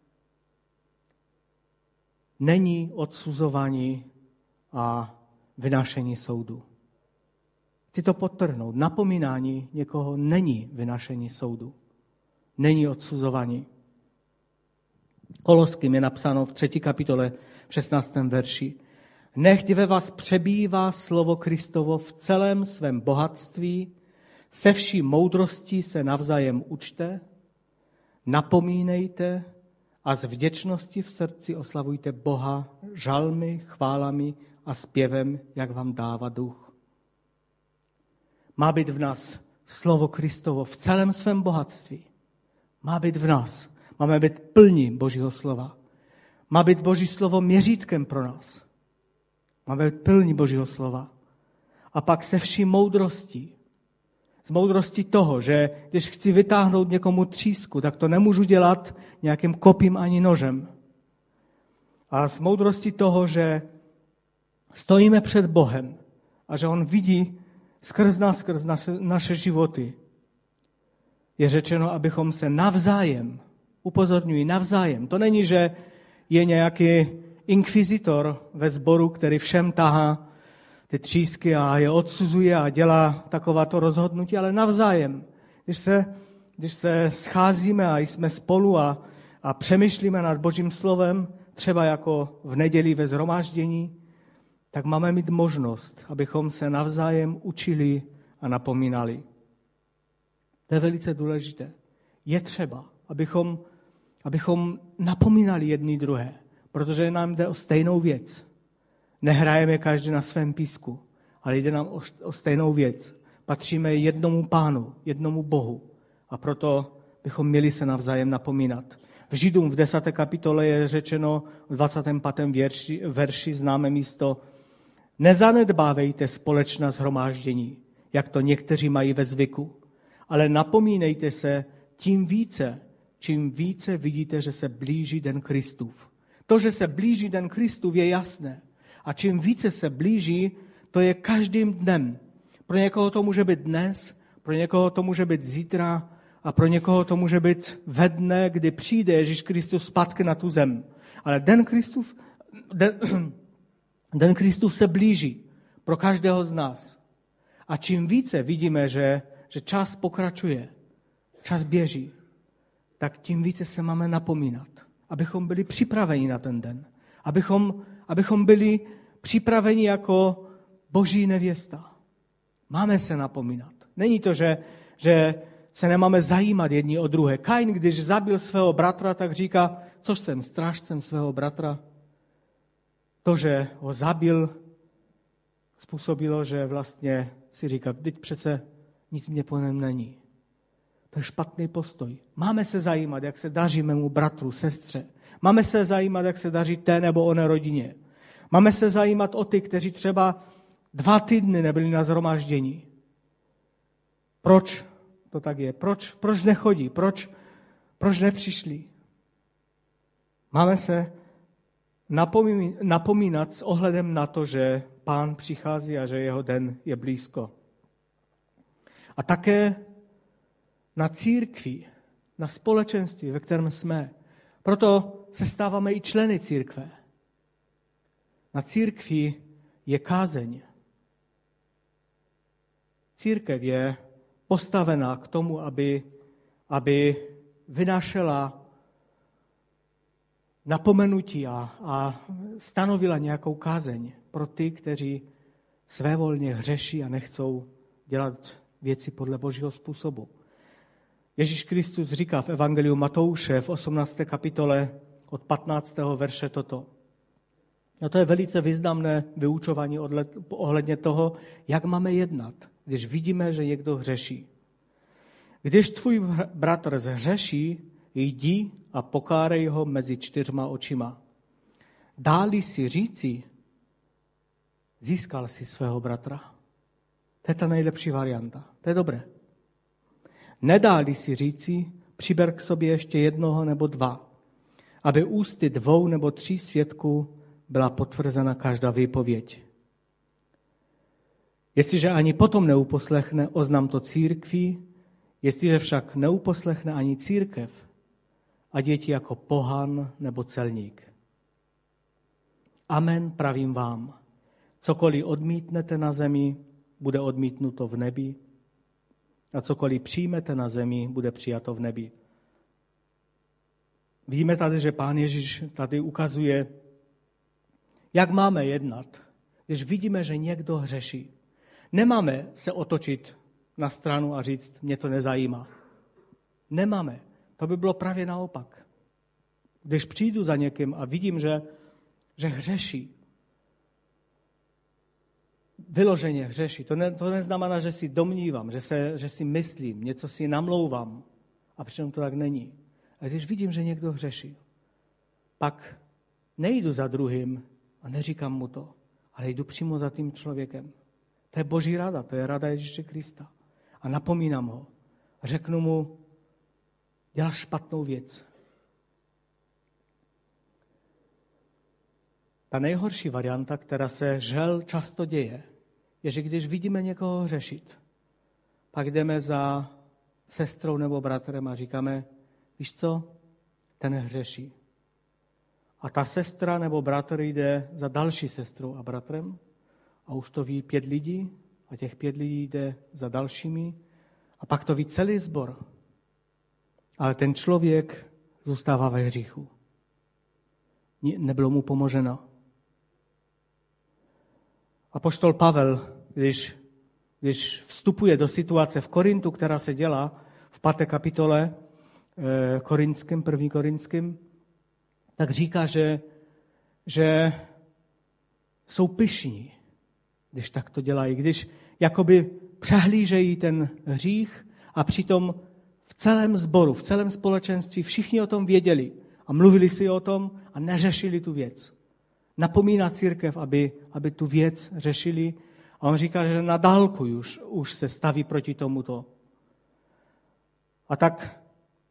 není odsuzování a vynášení soudu. Chci to podtrhnout. Napomínání někoho není vynášení soudu. Není odsuzování. Koloským je napsáno v třetí kapitole v šestnáctém verši. Nechť ve vás přebývá slovo Kristovo v celém svém bohatství, se vší moudrostí se navzájem učte, napomínejte a z vděčnosti v srdci oslavujte Boha žalmy, chválami a zpěvem, jak vám dává duch. Má být v nás slovo Kristovo v celém svém bohatství. Má být v nás. Máme být plní Božího slova. Má být Boží slovo měřítkem pro nás. Máme být plní Božího slova. A pak se vší moudrostí. Z moudrosti toho, že když chci vytáhnout někomu třísku, tak to nemůžu dělat nějakým kopím ani nožem. A z moudrosti toho, že stojíme před Bohem a že On vidí skrz nás, skrz naše, naše životy. Je řečeno, abychom se navzájem, upozorňuji, navzájem. To není, že je nějaký inkvizitor ve sboru, který všem tahá, ty třísky a je odsuzuje a dělá takováto rozhodnutí, ale navzájem. Když se, když se scházíme a jsme spolu a, a přemýšlíme nad Božím slovem, třeba jako v neděli ve shromáždění, tak máme mít možnost, abychom se navzájem učili a napomínali. To je velice důležité. Je třeba, abychom, abychom napomínali jedni druhé, protože nám jde o stejnou věc. Nehrajeme každý na svém písku, ale jde nám o, o stejnou věc. Patříme jednomu Pánu, jednomu Bohu a proto bychom měli se navzájem napomínat. V Židům v desáté kapitole je řečeno v dvacátém pátém verši, verši známe místo: Nezanedbávejte společná shromáždění, jak to někteří mají ve zvyku, ale napomínejte se tím více, čím více vidíte, že se blíží den Kristův. To, že se blíží den Kristův, je jasné. A čím více se blíží, to je každým dnem. Pro někoho to může být dnes, pro někoho to může být zítra a pro někoho to může být ve dne, kdy přijde Ježíš Kristus zpátky na tu zem. Ale den Kristův, den, den Kristův se blíží pro každého z nás. A čím více vidíme, že, že čas pokračuje, čas běží, tak tím více se máme napomínat, abychom byli připraveni na ten den. Abychom, abychom byli připraveni jako Boží nevěsta. Máme se napomínat. Není to, že, že se nemáme zajímat jedni o druhé. Kain, když zabil svého bratra, tak říká, což jsem strážcem svého bratra. To, že ho zabil, způsobilo, že vlastně si říká, teď přece nic mě po něm není. To je špatný postoj. Máme se zajímat, jak se daří mému bratru, sestře. Máme se zajímat, jak se daří té nebo oné rodině. Máme se zajímat o ty, kteří třeba dva týdny nebyli na shromáždění. Proč to tak je? Proč, proč nechodí? Proč, proč nepřišli? Máme se napomínat s ohledem na to, že Pán přichází a že jeho den je blízko. A také na církvi, na společenství, ve kterém jsme. Proto se stáváme i členy církve. Na církvi je kázeň. Církev je postavená k tomu, aby, aby vynášela napomenutí a, a stanovila nějakou kázeň pro ty, kteří svévolně hřeší a nechcou dělat věci podle Božího způsobu. Ježíš Kristus říká v Evangeliu Matouše v osmnácté kapitole od patnáctého verše toto. A to je velice významné vyučování ohledně toho, jak máme jednat, když vidíme, že někdo hřeší. Když tvůj bratr zhřeší, jdi a pokárej ho mezi čtyřma očima. Dá-li si říci, získal si svého bratra. To je ta nejlepší varianta. To je dobré. Nedá-li si říci, přiber k sobě ještě jednoho nebo dva, aby ústy dvou nebo tří svědků byla potvrzena každá výpověď. Jestliže ani potom neuposlechne, oznam to církvi, jestliže však neuposlechne ani církev, ať je ti jako pohan nebo celník. Amen, pravím vám, cokoliv odmítnete na zemi, bude odmítnuto v nebi, a cokoliv přijmete na zemi, bude přijato v nebi. Vidíme tady, že Pán Ježíš tady ukazuje, jak máme jednat, když vidíme, že někdo hřeší. Nemáme se otočit na stranu a říct, mě to nezajímá. Nemáme. To by bylo právě naopak. Když přijdu za někým a vidím, že, že hřeší, vyloženě hřeší, to, ne, to neznamená, že si domnívám, že, se, že si myslím, něco si namlouvám, a přitom to tak není. A když vidím, že někdo hřeší, pak nejdu za druhým a neříkám mu to, ale jdu přímo za tím člověkem. To je Boží rada, to je rada Ježíše Krista. A napomínám ho. A řeknu mu, děláš špatnou věc. Ta nejhorší varianta, která se žel často děje, je, že když vidíme někoho hřešit, pak jdeme za sestrou nebo bratrem a říkáme, víš co, ten hřeší. A ta sestra nebo bratr jde za další sestrou a bratrem a už to ví pět lidí a těch pět lidí jde za dalšími a pak to ví celý sbor. Ale ten člověk zůstává ve hříchu. Nebylo mu pomoženo. Apoštol Pavel, když, když vstupuje do situace v Korintu, která se dělá v páté kapitole eh, Korinským, první Korinským, tak říká, že, že jsou pyšní, když tak to dělají, když jakoby přehlížejí ten hřích a přitom v celém sboru, v celém společenství všichni o tom věděli a mluvili si o tom a neřešili tu věc. Napomíná církev, aby, aby tu věc řešili a on říká, že na dálku už, už se staví proti tomuto. A tak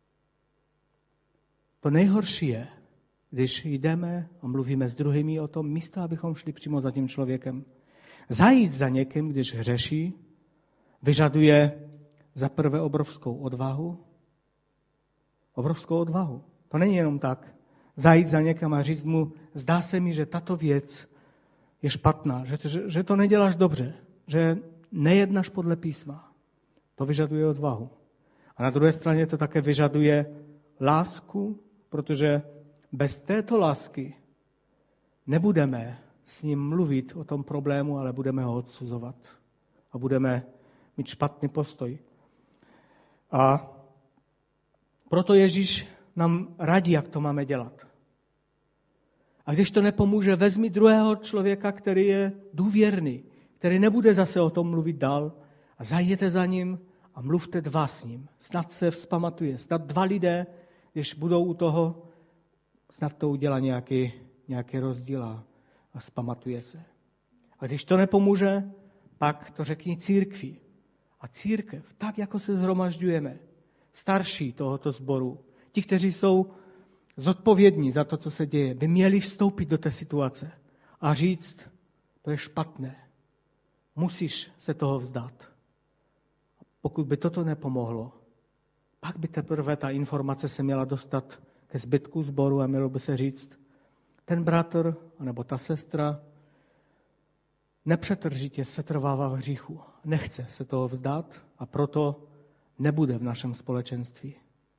to nejhorší je, když jdeme a mluvíme s druhými o tom, místo, abychom šli přímo za tím člověkem. Zajít za někým, když hřeší, vyžaduje za prvé obrovskou odvahu. Obrovskou odvahu. To není jenom tak. Zajít za někým a říct mu, zdá se mi, že tato věc je špatná, že to, že, že to neděláš dobře, že nejednáš podle písma. To vyžaduje odvahu. A na druhé straně to také vyžaduje lásku, protože bez této lásky nebudeme s ním mluvit o tom problému, ale budeme ho odsuzovat. A budeme mít špatný postoj. A proto Ježíš nám radí, jak to máme dělat. A když to nepomůže, vezmi druhého člověka, který je důvěrný, který nebude zase o tom mluvit dál a zajděte za ním a mluvte dva s ním. Snad se vzpamatuje. Snad dva lidé, když budou u toho, snad to udělá nějaký, nějaký rozdíl a, a vzpamatuje se. A když to nepomůže, pak to řekni církvi. A církev, tak jako se shromažďujeme, starší tohoto sboru, ti, kteří jsou zodpovědní za to, co se děje, by měli vstoupit do té situace a říct, to je špatné, musíš se toho vzdát. Pokud by toto nepomohlo, pak by teprve ta informace se měla dostat ke zbytku sboru a mělo by se říct, ten bratr nebo ta sestra nepřetržitě se trvává v hříchu, nechce se toho vzdát a proto nebude v našem společenství.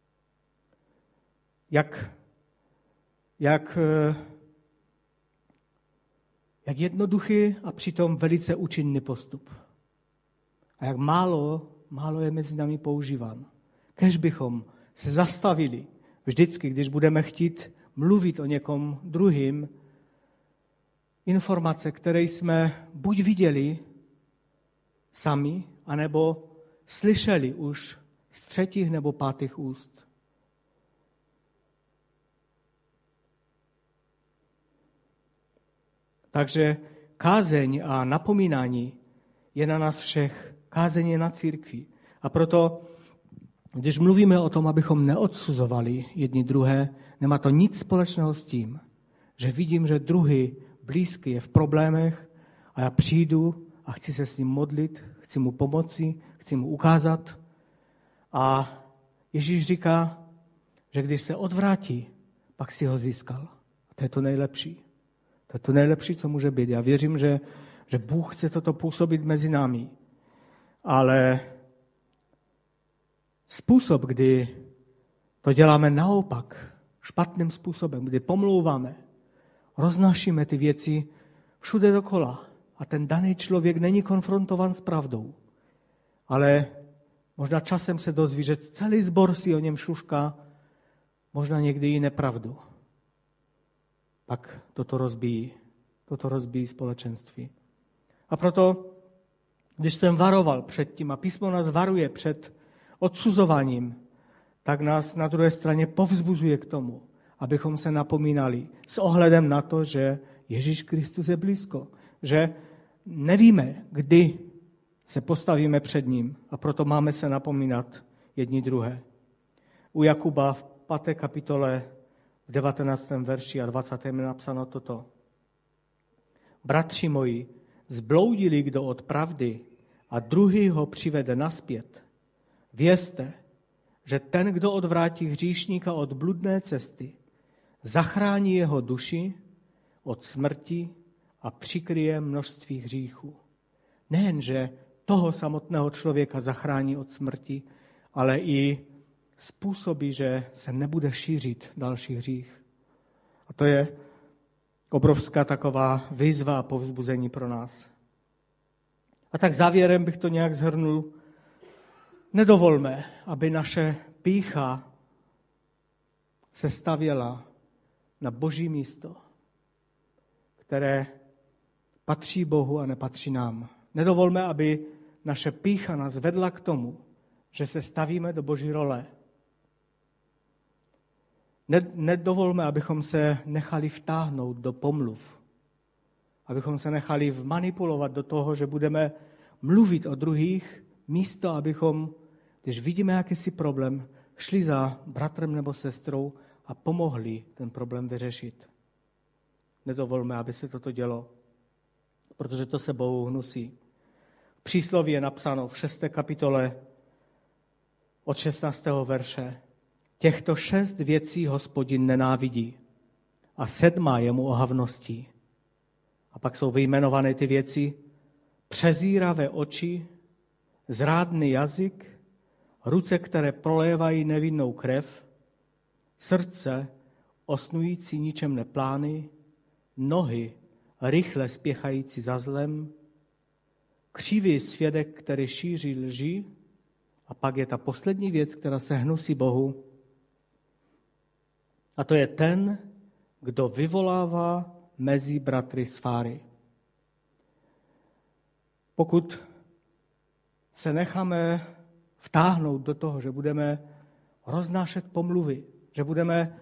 Jak, jak, jak jednoduchý a přitom velice účinný postup. A jak málo, málo je mezi námi používán. Kež bychom se zastavili vždycky, když budeme chtít mluvit o někom druhým, informace, které jsme buď viděli sami, anebo slyšeli už z třetích nebo pátých úst. Takže kázeň a napomínání je na nás všech. Kázeň je na církvi. A proto, když mluvíme o tom, abychom neodsuzovali jedni druhé, nemá to nic společného s tím, že vidím, že druhý blízký je v problémech a já přijdu a chci se s ním modlit, chci mu pomoci, chci mu ukázat. A Ježíš říká, že když se odvrátí, pak si ho získal. A to je to nejlepší. To je to nejlepší, co může být. Já věřím, že, že Bůh chce toto působit mezi námi. Ale způsob, kdy to děláme naopak, špatným způsobem, kdy pomlouváme, roznášíme ty věci všude dokola a ten daný člověk není konfrontovan s pravdou. Ale možná časem se dozví, že celý sbor si o něm šušká, možná někdy i nepravdu. Pak toto rozbíjí, toto rozbíjí společenství. A proto, když jsem varoval před tím, a písmo nás varuje před odsuzováním, tak nás na druhé straně povzbuzuje k tomu, abychom se napomínali s ohledem na to, že Ježíš Kristus je blízko, že nevíme, kdy se postavíme před ním a proto máme se napomínat jedni druhé. U Jakuba v páté kapitole v devatenáctém verši a dvacátém je napsáno toto. Bratři moji, zbloudili kdo od pravdy a druhý ho přivede naspět. Vězte, že ten, kdo odvrátí hříšníka od bludné cesty, zachrání jeho duši od smrti a přikryje množství hříchů. Nejenže toho samotného člověka zachrání od smrti, ale i způsobí, že se nebude šířit další hřích. A to je obrovská taková výzva a povzbuzení pro nás. A tak závěrem bych to nějak shrnul. Nedovolme, aby naše pýcha se stavěla na Boží místo, které patří Bohu a nepatří nám. Nedovolme, aby naše pýcha nás vedla k tomu, že se stavíme do Boží role. Nedovolme, abychom se nechali vtáhnout do pomluv, abychom se nechali vmanipulovat do toho, že budeme mluvit o druhých, místo abychom, když vidíme jakýsi problém, šli za bratrem nebo sestrou a pomohli ten problém vyřešit. Nedovolme, aby se toto dělo, protože to se Bohu hnusí. V přísloví je napsáno v šesté kapitole od šestnáctého verše. Těchto šest věcí Hospodin nenávidí a sedmá je mu ohavností. A pak jsou vyjmenované ty věci: přezíravé oči, zrádný jazyk, ruce, které prolévají nevinnou krev, srdce osnující ničemné plány, nohy rychle spěchající za zlem, křivý svědek, který šíří lži, a pak je ta poslední věc, která se hnusí Bohu, a to je ten, kdo vyvolává mezi bratry sváry. Pokud se necháme vtáhnout do toho, že budeme roznášet pomluvy, že budeme,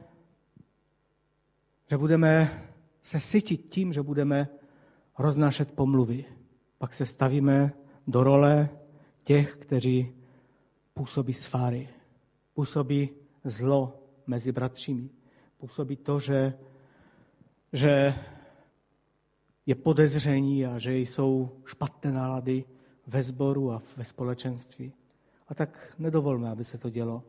že budeme se sytit tím, že budeme roznášet pomluvy, pak se stavíme do role těch, kteří působí sváry, působí zlo mezi bratřími, působí to, že, že je podezření a že jsou špatné nálady ve sboru a ve společenství. A tak nedovolme, aby se to dělo.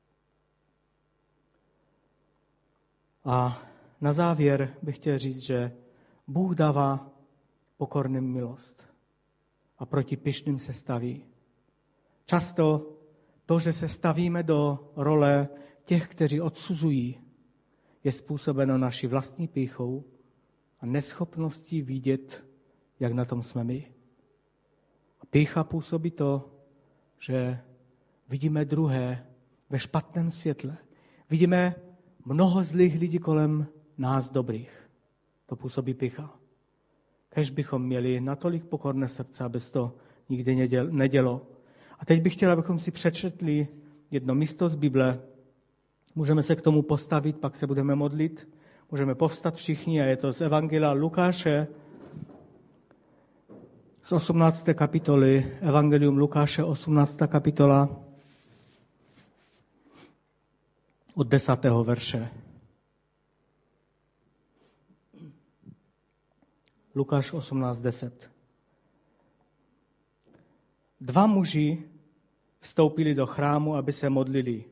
A na závěr bych chtěl říct, že Bůh dává pokorným milost a proti pyšným se staví. Často to, že se stavíme do role těch, kteří odsuzují, je způsobeno naší vlastní pýchou a neschopností vidět, jak na tom jsme my. A pýcha působí to, že vidíme druhé ve špatném světle. Vidíme mnoho zlých lidí kolem nás dobrých. To působí pýcha. Kéž bychom měli natolik pokorné srdce, aby se to nikdy nedělo. A teď bych chtěl, abychom si přečetli jedno místo z Bible. Můžeme se k tomu postavit, pak se budeme modlit. Můžeme povstat všichni a je to z Evangelia Lukáše, z osmnácté kapitoly, Evangelium Lukáše, osmnáctá kapitola, od desátého verše. Lukáš osmnáct deset. Dva muži vstoupili do chrámu, aby se modlili.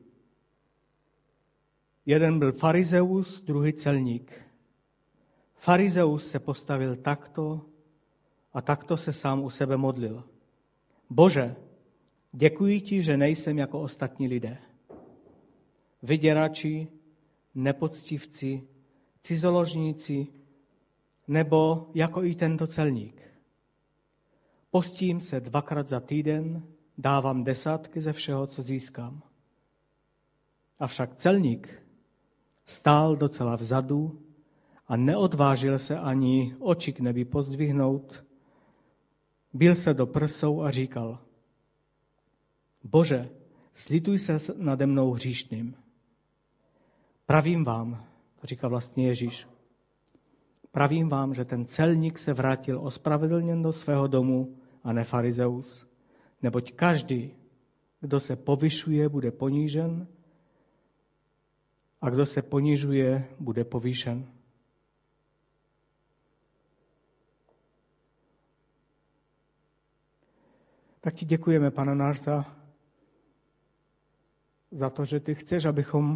Jeden byl farizeus, druhý celník. Farizeus se postavil takto a takto se sám u sebe modlil. Bože, děkuji ti, že nejsem jako ostatní lidé. Vyděrači, nepoctivci, cizoložníci, nebo jako i tento celník. Postím se dvakrát za týden, dávám desátky ze všeho, co získám. Avšak celník stál docela vzadu a neodvážil se ani oči k nebi pozdvihnout. Bil se do prsou a říkal: Bože, slituj se nade mnou hříšným. Pravím vám, to říká vlastně Ježíš, pravím vám, že ten celník se vrátil ospravedlněn do svého domu a ne farizeus. Neboť každý, kdo se povyšuje, bude ponížen, a kdo se ponižuje, bude povýšen. Tak ti děkujeme, Pane náš, za, za to, že ty chceš, abychom,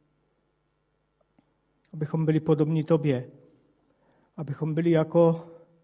abychom byli podobní tobě. Abychom byli jako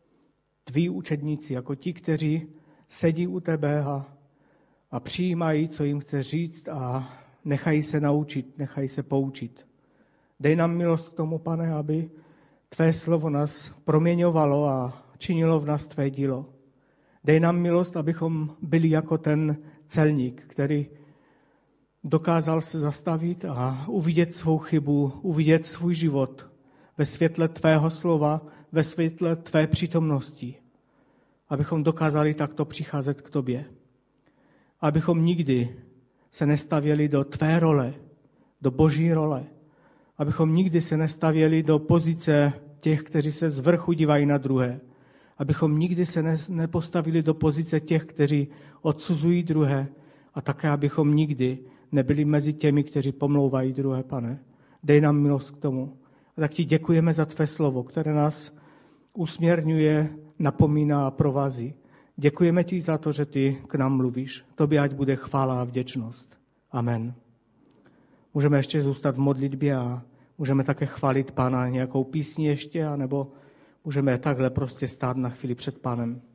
tví učedníci, jako ti, kteří sedí u tebe a, a přijímají, co jim chce říct a nechají se naučit, nechají se poučit. Dej nám milost k tomu, Pane, aby tvé slovo nás proměňovalo a činilo v nás tvé dílo. Dej nám milost, abychom byli jako ten celník, který dokázal se zastavit a uvidět svou chybu, uvidět svůj život ve světle tvého slova, ve světle tvé přítomnosti. Abychom dokázali takto přicházet k tobě. Abychom nikdy se nestavěli do tvé role, do boží role. Abychom nikdy se nestavěli do pozice těch, kteří se z vrchu dívají na druhé. Abychom nikdy se ne, nepostavili do pozice těch, kteří odsuzují druhé. A také, abychom nikdy nebyli mezi těmi, kteří pomlouvají druhé, Pane. Dej nám milost k tomu. A tak ti děkujeme za tvé slovo, které nás usměrňuje, napomíná a provází. Děkujeme ti za to, že ty k nám mluvíš. Tobě ať bude chvála a vděčnost. Amen. Můžeme ještě zůstat v modlitbě a můžeme také chválit Pána nějakou písní ještě, anebo můžeme takhle prostě stát na chvíli před Pánem.